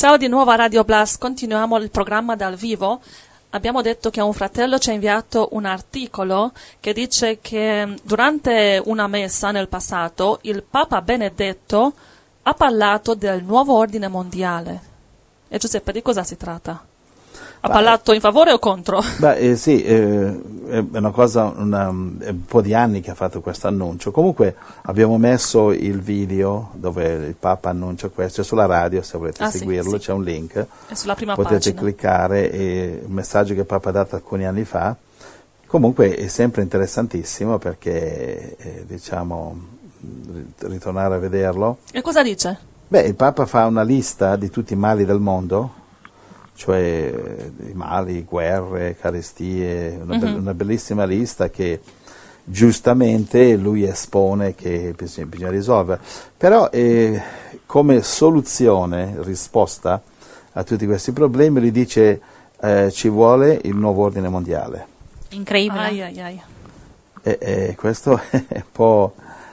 Ciao di nuovo a Radio Blast, continuiamo il programma dal vivo. Abbiamo detto che un fratello ci ha inviato un articolo che dice che durante una messa nel passato il Papa Benedetto ha parlato del nuovo ordine mondiale. E Giuseppe, di cosa si tratta? Ha parlato in favore o contro? Sì, è una cosa, è un po' di anni che ha fatto questo annuncio. Comunque abbiamo messo il video dove il Papa annuncia questo, è sulla radio, se volete seguirlo, sì. C'è un link, è sulla prima potete pagina. cliccare, è un messaggio che il Papa ha dato alcuni anni fa. Comunque è sempre interessantissimo perché, ritornare a vederlo. E cosa dice? Il Papa fa una lista di tutti i mali del mondo, cioè i mali, guerre, carestie, una bellissima lista che giustamente lui espone che bisogna risolvere. Però come soluzione, risposta a tutti questi problemi, lui dice ci vuole il nuovo ordine mondiale. Incredibile. Questo è un po',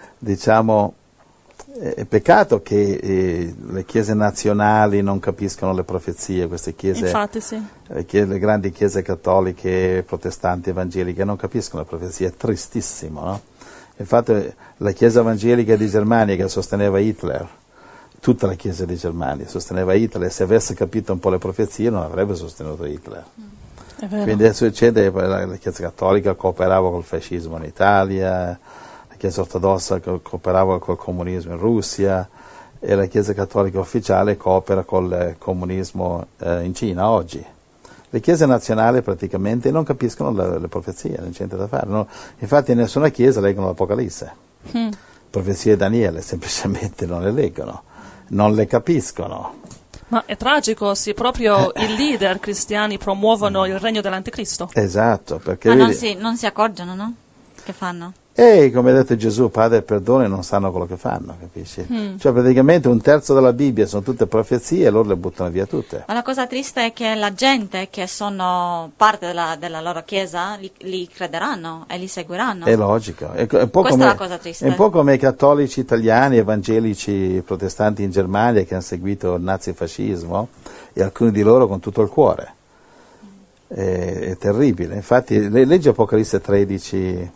è peccato che le chiese nazionali non capiscono le profezie, queste chiese, Infatti, sì. Le grandi chiese cattoliche, protestanti, evangeliche non capiscono le profezie, è tristissimo, no? Infatti la chiesa evangelica di Germania che sosteneva Hitler, tutta la chiesa di Germania sosteneva Hitler, se avesse capito un po' le profezie non avrebbe sostenuto Hitler. È vero. Quindi succede, la chiesa cattolica cooperava col fascismo in Italia, la Chiesa ortodossa cooperava col comunismo in Russia e la Chiesa cattolica ufficiale coopera col comunismo in Cina oggi. Le chiese nazionali praticamente non capiscono le profezie, non c'è niente da fare. No? Infatti in nessuna chiesa leggono l'Apocalisse. Profezie di Daniele semplicemente non le leggono, non le capiscono. Ma è tragico se proprio i leader cristiani promuovono il regno dell'anticristo. Esatto, perché Ma non si accorgono, no? Che fanno? E come ha detto Gesù, Padre perdona e non sanno quello che fanno, capisci? Cioè praticamente un terzo della Bibbia sono tutte profezie e loro le buttano via tutte. Ma la cosa triste è che la gente che sono parte della loro chiesa li crederanno e li seguiranno. È logico. Questa è la cosa triste. È un po' come i cattolici italiani, evangelici, protestanti in Germania che hanno seguito il nazifascismo e alcuni di loro con tutto il cuore. È terribile. Infatti leggi Apocalisse 13...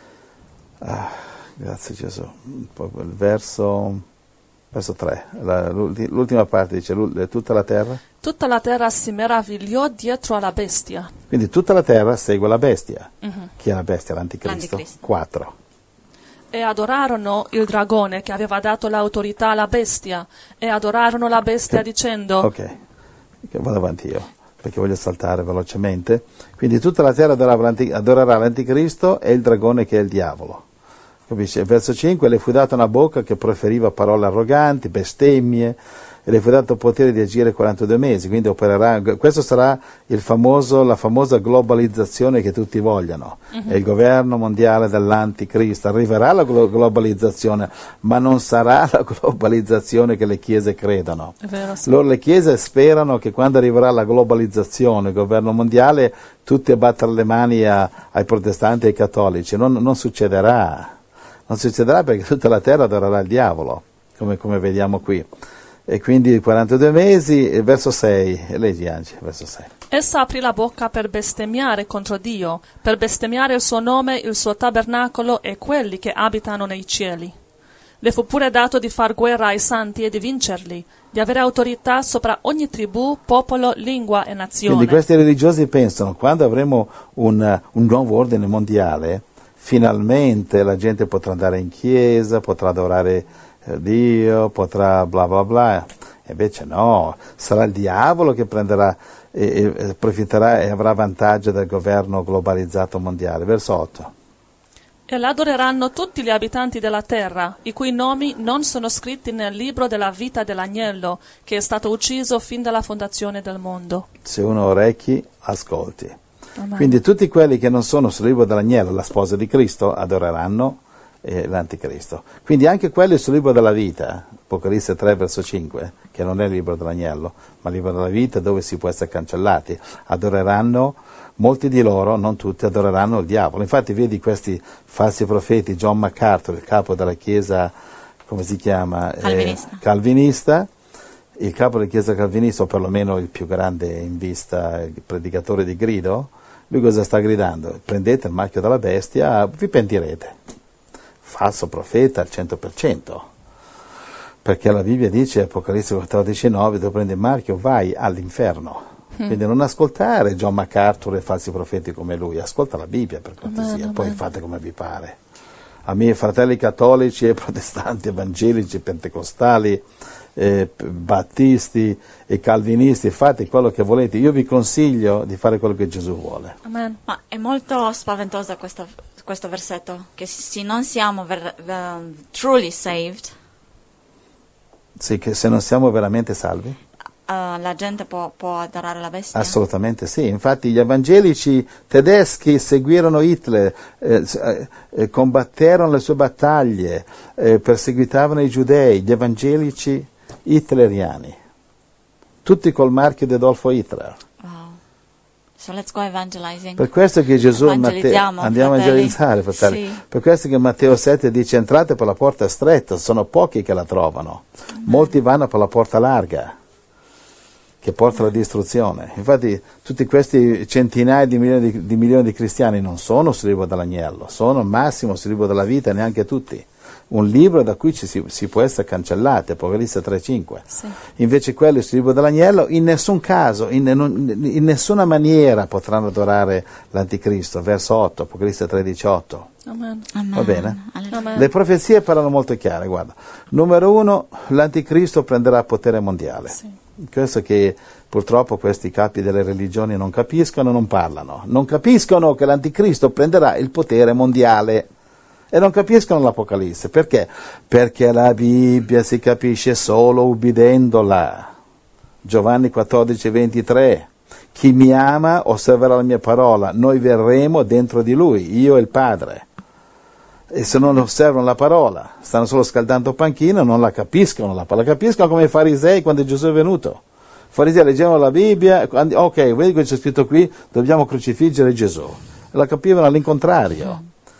grazie Gesù, il verso 3, l'ultima parte dice tutta la terra? Tutta la terra si meravigliò dietro alla bestia. Quindi tutta la terra segue la bestia. Chi è la bestia? L'anticristo. 4. E adorarono il dragone che aveva dato l'autorità alla bestia e adorarono la bestia dicendo... Ok, vado avanti io perché voglio saltare velocemente. Quindi tutta la terra adorerà l'anticristo e il dragone che è il diavolo. Capisci? Verso 5, le fu data una bocca che proferiva parole arroganti, bestemmie, e le fu dato potere di agire 42 mesi, quindi opererà, questo sarà la famosa globalizzazione che tutti vogliono, è il governo mondiale dell'anticristo, arriverà la globalizzazione, ma non sarà la globalizzazione che le chiese credono. È vero, sì. Le chiese sperano che quando arriverà la globalizzazione, il governo mondiale, tutti a battere le mani ai protestanti e ai cattolici, non succederà. Non succederà perché tutta la terra adorerà il diavolo, come vediamo qui. E quindi 42 mesi, verso 6, leggi Angi, verso 6. Essa aprì la bocca per bestemmiare contro Dio, per bestemmiare il suo nome, il suo tabernacolo e quelli che abitano nei cieli. Le fu pure dato di far guerra ai santi e di vincerli, di avere autorità sopra ogni tribù, popolo, lingua e nazione. Quindi questi religiosi pensano, quando avremo un nuovo ordine mondiale, finalmente la gente potrà andare in chiesa, potrà adorare Dio, potrà bla bla bla. E invece no, sarà il diavolo che prenderà e approfitterà e avrà vantaggio del governo globalizzato mondiale. Verso 8. E l'adoreranno tutti gli abitanti della terra, i cui nomi non sono scritti nel libro della vita dell'agnello, che è stato ucciso fin dalla fondazione del mondo. Se uno ha orecchi, ascolti. Amen. Quindi tutti quelli che non sono sul libro dell'agnello, la sposa di Cristo, adoreranno l'anticristo. Quindi anche quelli sul libro della vita, Apocalisse 3 verso 5, che non è il libro dell'agnello, ma il libro della vita dove si può essere cancellati, adoreranno, molti di loro, non tutti, adoreranno il diavolo. Infatti vedi questi falsi profeti, John MacArthur, il capo della chiesa, come si chiama? Calvinista. Calvinista, il capo della Chiesa calvinista, o perlomeno il più grande in vista, il predicatore di grido, lui cosa sta gridando? Prendete il marchio della bestia, vi pentirete. Falso profeta al 100%, perché la Bibbia dice, Apocalisse 14,9, tu prendi il marchio, vai all'inferno. Quindi non ascoltare John MacArthur e falsi profeti come lui, ascolta la Bibbia per cortesia, poi fate come vi pare. A miei fratelli cattolici e protestanti, evangelici, pentecostali, battisti e calvinisti, fate quello che volete, io vi consiglio di fare quello che Gesù vuole. Amen. Ma è molto spaventosa questo versetto, che se non siamo truly saved, Sì, che se non siamo veramente salvi? la gente può adorare la bestia? Assolutamente sì, infatti gli evangelici tedeschi seguirono Hitler, combatterono le sue battaglie, perseguitavano i giudei, gli evangelici hitleriani, tutti col marchio di Adolfo Hitler. Wow. So let's go evangelizing. Per questo che Gesù in Matteo, Evangelizziamo, andiamo a fratelli. evangelizzare, fratelli. Sì. Per questo che Matteo 7 dice entrate per la porta stretta, sono pochi che la trovano, molti vanno per la porta larga, che porta alla distruzione. Infatti tutti questi centinaia di milioni di cristiani non sono sul libro dell'agnello, sono al massimo sul libro della vita, neanche tutti. Un libro da cui si può essere cancellati, Apocalisse 3,5. Sì. Invece quelli sul libro dell'agnello in nessun caso, in nessuna maniera potranno adorare l'anticristo. Verso 8, Apocalisse 3,18. Amen. Amen. Va bene? Alleluia. Amen. Le profezie parlano molto chiare, guarda. Numero 1, l'anticristo prenderà potere mondiale. Sì. Questo che purtroppo questi capi delle religioni non capiscono, non parlano. Non capiscono che l'anticristo prenderà il potere mondiale. E non capiscono l'Apocalisse. Perché? Perché la Bibbia si capisce solo ubbidendola. Giovanni 14,23. Chi mi ama osserverà la mia parola. Noi verremo dentro di lui, io e il Padre. E se non osservano la parola, stanno solo scaldando panchina, non la capiscono. La capiscono come i farisei quando Gesù è venuto. I farisei leggevano la Bibbia, ok, vedi che c'è scritto qui, dobbiamo crocifiggere Gesù. La capivano all'incontrario.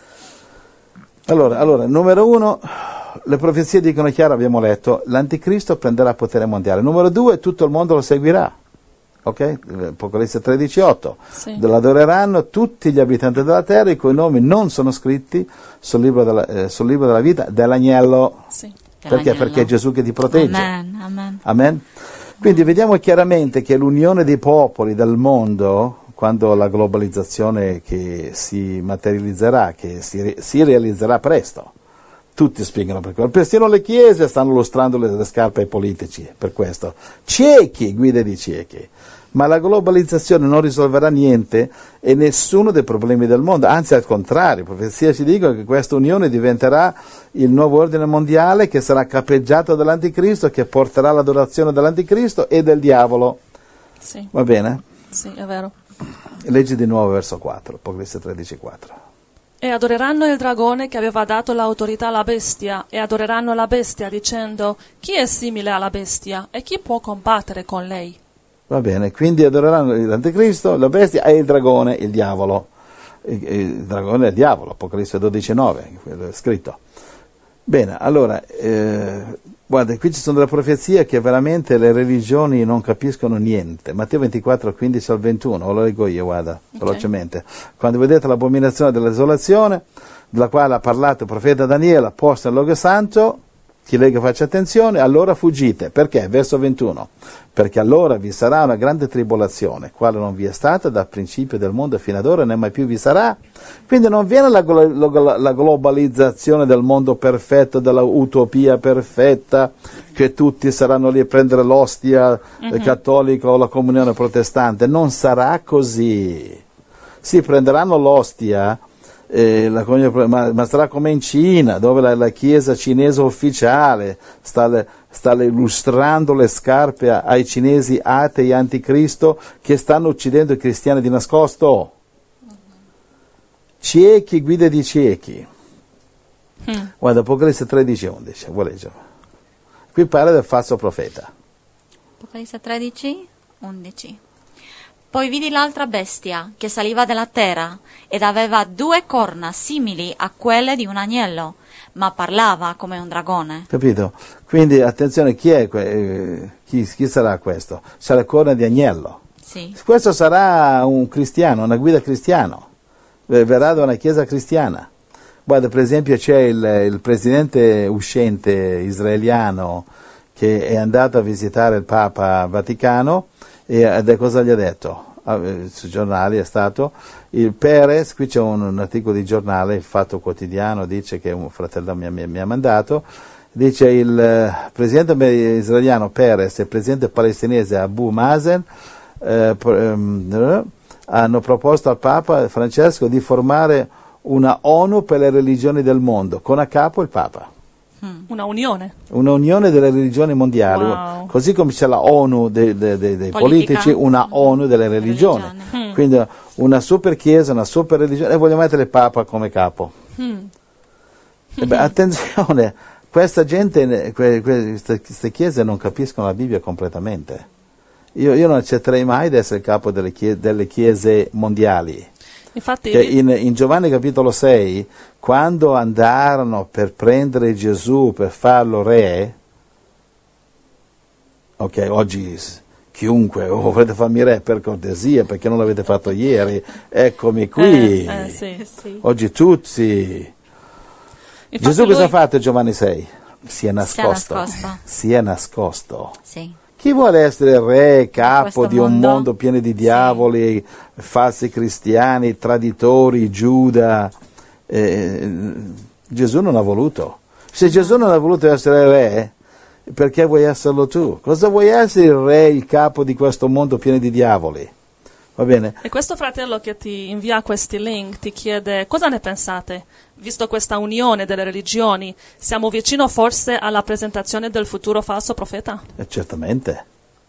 Allora, numero 1, le profezie dicono chiaro, abbiamo letto, l'anticristo prenderà potere mondiale. Numero 2, tutto il mondo lo seguirà. Ok? Apocalisse 13,8. Sì. Lo adoreranno tutti gli abitanti della terra i cui nomi non sono scritti sul libro della vita dell'agnello. Sì. Perché? Dell'agnello. Perché è Gesù che ti protegge. Amen. Amen. Amen? Quindi vediamo chiaramente che l'unione dei popoli del mondo, quando la globalizzazione che si materializzerà, che si realizzerà presto, tutti spiegano per quello. Persino le chiese stanno lustrando le scarpe ai politici per questo. Ciechi, guide di ciechi. Ma la globalizzazione non risolverà niente e nessuno dei problemi del mondo, anzi al contrario, profezia ci dicono che questa unione diventerà il nuovo ordine mondiale che sarà capeggiato dall'anticristo, che porterà l'adorazione dell'anticristo e del diavolo. Sì. Va bene? Sì, è vero. Leggi di nuovo verso 4, Apocalisse 13,4. E adoreranno il dragone che aveva dato l'autorità alla bestia, e adoreranno la bestia dicendo: chi è simile alla bestia e chi può combattere con lei? Va bene, quindi adoreranno l'anticristo, la bestia e il dragone, il diavolo. Il dragone è il diavolo, Apocalisse 12,9, è scritto. Bene, allora, guarda, qui ci sono delle profezie che veramente le religioni non capiscono niente. Matteo 24, 15 al 21, lo leggo io, guarda, velocemente. Quando vedete l'abominazione della desolazione, della quale ha parlato il profeta Daniele, posta nel luogo santo, chi legge faccia attenzione, allora fuggite. Perché? Verso 21. Perché allora vi sarà una grande tribolazione, quale non vi è stata dal principio del mondo fino ad ora, né mai più vi sarà. Quindi non viene la globalizzazione del mondo perfetto, della utopia perfetta, che tutti saranno lì a prendere l'ostia cattolica o la comunione protestante. Non sarà così. Si prenderanno l'ostia, ma sarà come in Cina, dove la chiesa cinese ufficiale sta illustrando le scarpe ai cinesi atei anticristo che stanno uccidendo i cristiani di nascosto. Ciechi, guide di ciechi. Guarda, Apocalisse 13,11, vuoi leggere? Qui parla del falso profeta. Apocalisse 13:11. Poi vidi l'altra bestia che saliva dalla terra ed aveva 2 corna simili a quelle di un agnello, ma parlava come un dragone. Capito? Quindi attenzione, chi sarà questo? Sarà corna di agnello. Sì. Questo sarà un cristiano, una guida cristiano, verrà da una chiesa cristiana. Guarda, per esempio c'è il presidente uscente israeliano che è andato a visitare il Papa Vaticano e cosa gli ha detto? Sui giornali è stato il Perez, qui c'è un articolo di giornale, il Fatto Quotidiano, dice che un fratello mi ha mandato, dice il presidente israeliano Perez e il presidente palestinese Abu Mazen hanno proposto al Papa Francesco di formare una ONU per le religioni del mondo, con a capo il Papa. Una unione. Una unione delle religioni mondiali, Wow. così come c'è la ONU dei politici, una ONU delle religioni. Quindi una super chiesa, una super religione, e voglio mettere il Papa come capo. Attenzione, questa gente, queste chiese non capiscono la Bibbia completamente. Io non accetterei mai di essere il capo delle chiese mondiali. Infatti, Che in Giovanni capitolo 6, quando andarono per prendere Gesù per farlo re, ok, oggi chiunque, volete farmi re per cortesia, perché non l'avete fatto ieri, eccomi qui, sì. oggi tutti. Infatti Gesù cosa ha lui- fatto in Giovanni 6? Si è nascosto. nascosto. Si è nascosto. Sì. Chi vuole essere re, capo Questo di un mondo? mondo pieno di diavoli, falsi cristiani, traditori, Giuda? Gesù non ha voluto. Se Gesù non ha voluto essere re, perché vuoi esserlo tu? Cosa vuoi essere il re, il capo di questo mondo pieno di diavoli? Va bene? E questo fratello che ti invia questi link ti chiede cosa ne pensate? Visto questa unione delle religioni, siamo vicino forse alla presentazione del futuro falso profeta? Certamente,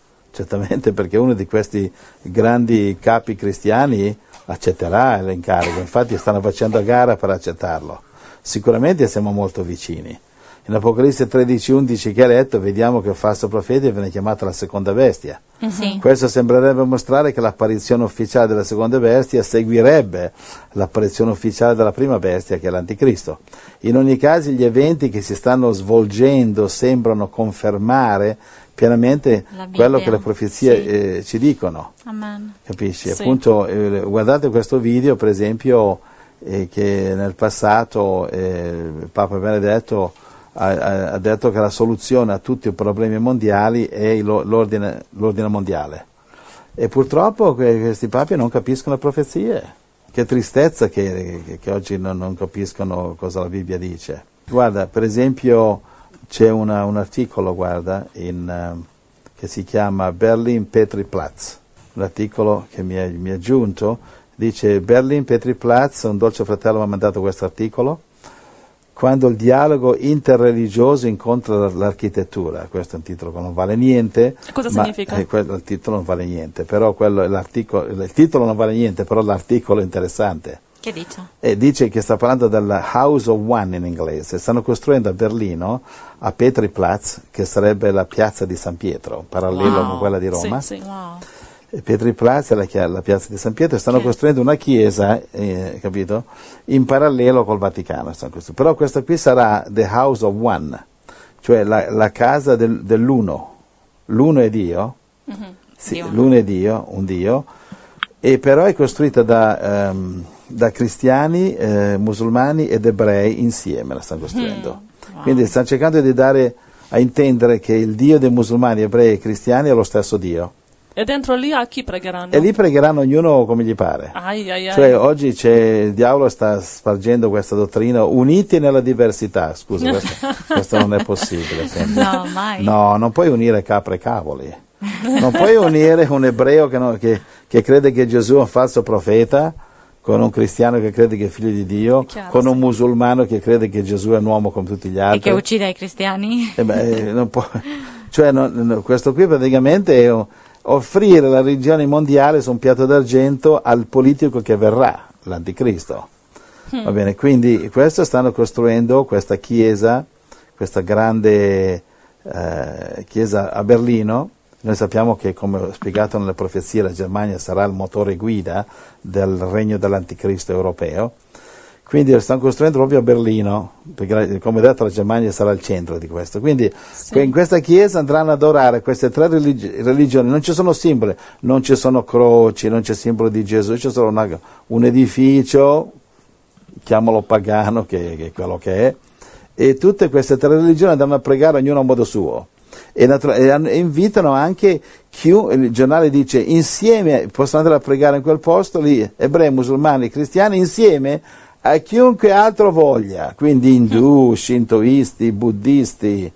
perché uno di questi grandi capi cristiani accetterà l'incarico, infatti stanno facendo a gara per accettarlo. Sicuramente siamo molto vicini. In Apocalisse 13:11 che hai letto vediamo che il falso profeta viene chiamato la seconda bestia. Sì. Questo sembrerebbe mostrare che l'apparizione ufficiale della seconda bestia seguirebbe l'apparizione ufficiale della prima bestia, che è l'Anticristo. In ogni caso gli eventi che si stanno svolgendo sembrano confermare pienamente La Bibbia. quello che le profezie ci dicono. Amen. Capisci? Sì. Appunto, guardate questo video, per esempio, che nel passato il Papa Benedetto ha detto che la soluzione a tutti i problemi mondiali è l'ordine mondiale. E purtroppo questi papi non capiscono le profezie. Che tristezza che oggi non capiscono cosa la Bibbia dice. Guarda, per esempio, c'è un articolo, guarda, che si chiama Berlin Petri Platz. Un articolo che mi è giunto, dice Berlin Petri Platz, un dolce fratello mi ha mandato questo articolo. Quando il dialogo interreligioso incontra l'architettura, questo è un titolo che non vale niente. Cosa significa? Il titolo non vale niente, però il titolo non vale niente, però l'articolo è interessante. Che dice? E dice che sta parlando della House of One in inglese. Stanno costruendo a Berlino, a Petri Platz, che sarebbe la piazza di San Pietro, parallelo Wow. con quella di Roma. Sì. Wow. Petri Platz è la piazza di San Pietro, stanno costruendo una chiesa, capito? In parallelo col Vaticano. Però questa qui sarà The House of One, cioè la casa dell'uno. L'uno è Dio, sì, Dio. l'uno è Dio, un Dio, e però è costruita da cristiani, musulmani ed ebrei insieme, la stanno costruendo. Wow. Quindi stanno cercando di dare a intendere che il Dio dei musulmani, ebrei e cristiani è lo stesso Dio. E dentro lì a chi pregheranno? E lì pregheranno ognuno come gli pare. Ai. Cioè oggi il diavolo sta spargendo questa dottrina, uniti nella diversità. Scusa, questo non è possibile. Sempre. No, mai. No, non puoi unire capre e cavoli. Non puoi unire un ebreo che crede che Gesù è un falso profeta con un cristiano che crede che è figlio di Dio, Chiaro, con un sì. musulmano che crede che Gesù è un uomo come tutti gli E altri. che uccide i cristiani? Non può, cioè, questo qui praticamente è offrire la religione mondiale su un piatto d'argento al politico che verrà, l'anticristo. Va bene, quindi questo stanno costruendo questa chiesa, questa grande chiesa a Berlino. Noi sappiamo che, come ho spiegato nelle profezie, la Germania sarà il motore guida del regno dell'anticristo europeo. Quindi stanno costruendo proprio a Berlino, perché come detto la Germania sarà il centro di questo. Quindi in questa chiesa andranno ad adorare queste tre religioni, non ci sono simboli, non ci sono croci, non c'è simbolo di Gesù, c'è solo un edificio, chiamalo pagano, che è quello che è, e tutte queste tre religioni andranno a pregare ognuno a modo suo. E invitano anche il giornale dice insieme possono andare a pregare in quel posto lì, ebrei, musulmani, cristiani insieme a chiunque altro voglia, quindi indù, shintoisti, buddisti,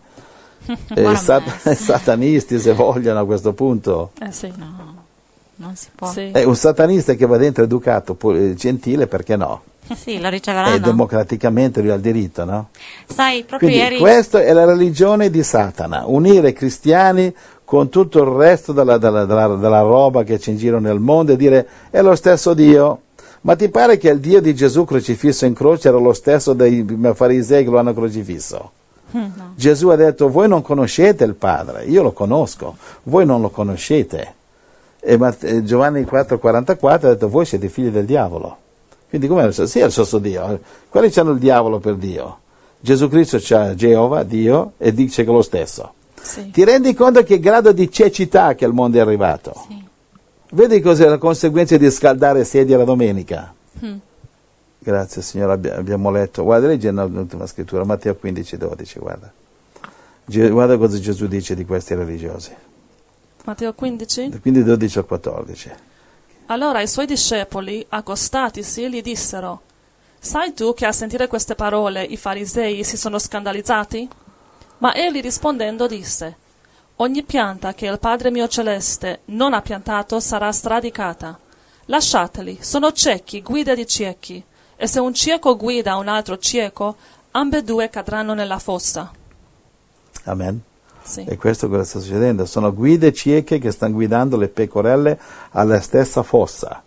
satanisti se vogliono a questo punto. Sì. No, non si può. Sì. Un satanista che va dentro educato, gentile, perché no? Sì, lo riceveranno. E democraticamente lui ha il diritto, no? Sai, proprio Quindi ieri... questa è la religione di Satana, unire i cristiani con tutto il resto della roba che c'è in giro nel mondo e dire è lo stesso Dio. Ma ti pare che il Dio di Gesù crocifisso in croce era lo stesso dei farisei che lo hanno crocifisso? No. Gesù ha detto voi non conoscete il Padre, io lo conosco, voi non lo conoscete. E Giovanni 4,44 ha detto voi siete figli del diavolo. Quindi come sì, è lo stesso Dio. Quelli hanno il diavolo per Dio. Gesù Cristo c'ha Geova, Dio, e dice che è lo stesso. Sì. Ti rendi conto che grado di cecità che il mondo è arrivato? Sì. Vedi cos'è la conseguenza di scaldare sedie la domenica? Grazie Signore, abbiamo letto. Guarda, leggi l'ultima scrittura, Matteo 15,12, guarda. Guarda cosa Gesù dice di questi religiosi. Matteo 15? Quindi 12 al 14. Allora i suoi discepoli, accostatisi, gli dissero: sai tu che a sentire queste parole i farisei si sono scandalizzati? Ma egli rispondendo disse: ogni pianta che il Padre mio celeste non ha piantato sarà sradicata. Lasciateli, sono ciechi, guida di ciechi, e se un cieco guida un altro cieco, ambedue cadranno nella fossa. Amen. Sì. E questo cosa sta succedendo? Sono guide cieche che stanno guidando le pecorelle alla stessa fossa.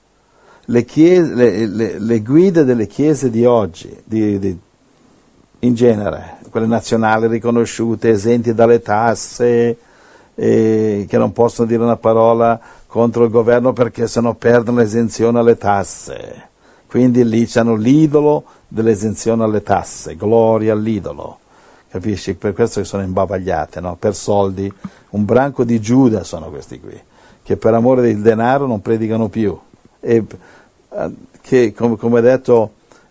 Le guide delle chiese di oggi, in genere, quelle nazionali riconosciute, esenti dalle tasse, che non possono dire una parola contro il governo perché sennò perdono l'esenzione alle tasse. Quindi lì c'hanno l'idolo dell'esenzione alle tasse, gloria all'idolo. Capisci? Per questo che sono imbavagliate, no? Per soldi. Un branco di Giuda sono questi qui, che per amore del denaro non predicano più. E che, come ha detto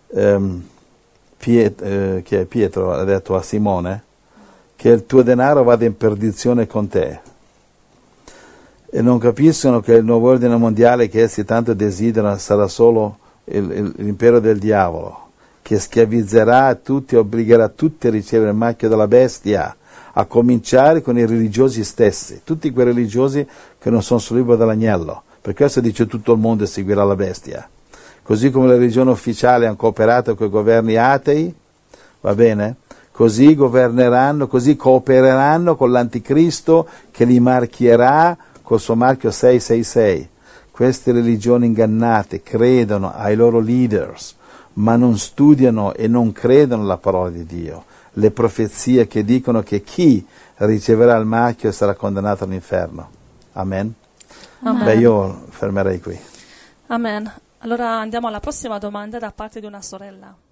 Pietro ha detto a Simone, che il tuo denaro vada in perdizione con te. E non capiscono che il nuovo ordine mondiale che essi tanto desiderano sarà solo l'impero del diavolo, che schiavizzerà tutti e obbligherà tutti a ricevere il marchio della bestia, a cominciare con i religiosi stessi, tutti quei religiosi che non sono sul libro dell'agnello. Per questo dice tutto il mondo seguirà la bestia. Così come le religioni ufficiali hanno cooperato con i governi atei, va bene? Così governeranno, così coopereranno con l'anticristo che li marchierà col suo marchio 666. Queste religioni ingannate credono ai loro leaders, ma non studiano e non credono alla parola di Dio, le profezie che dicono che chi riceverà il marchio sarà condannato all'inferno. Amen? Amen. Beh, io fermerei qui. Amen. Allora andiamo alla prossima domanda da parte di una sorella.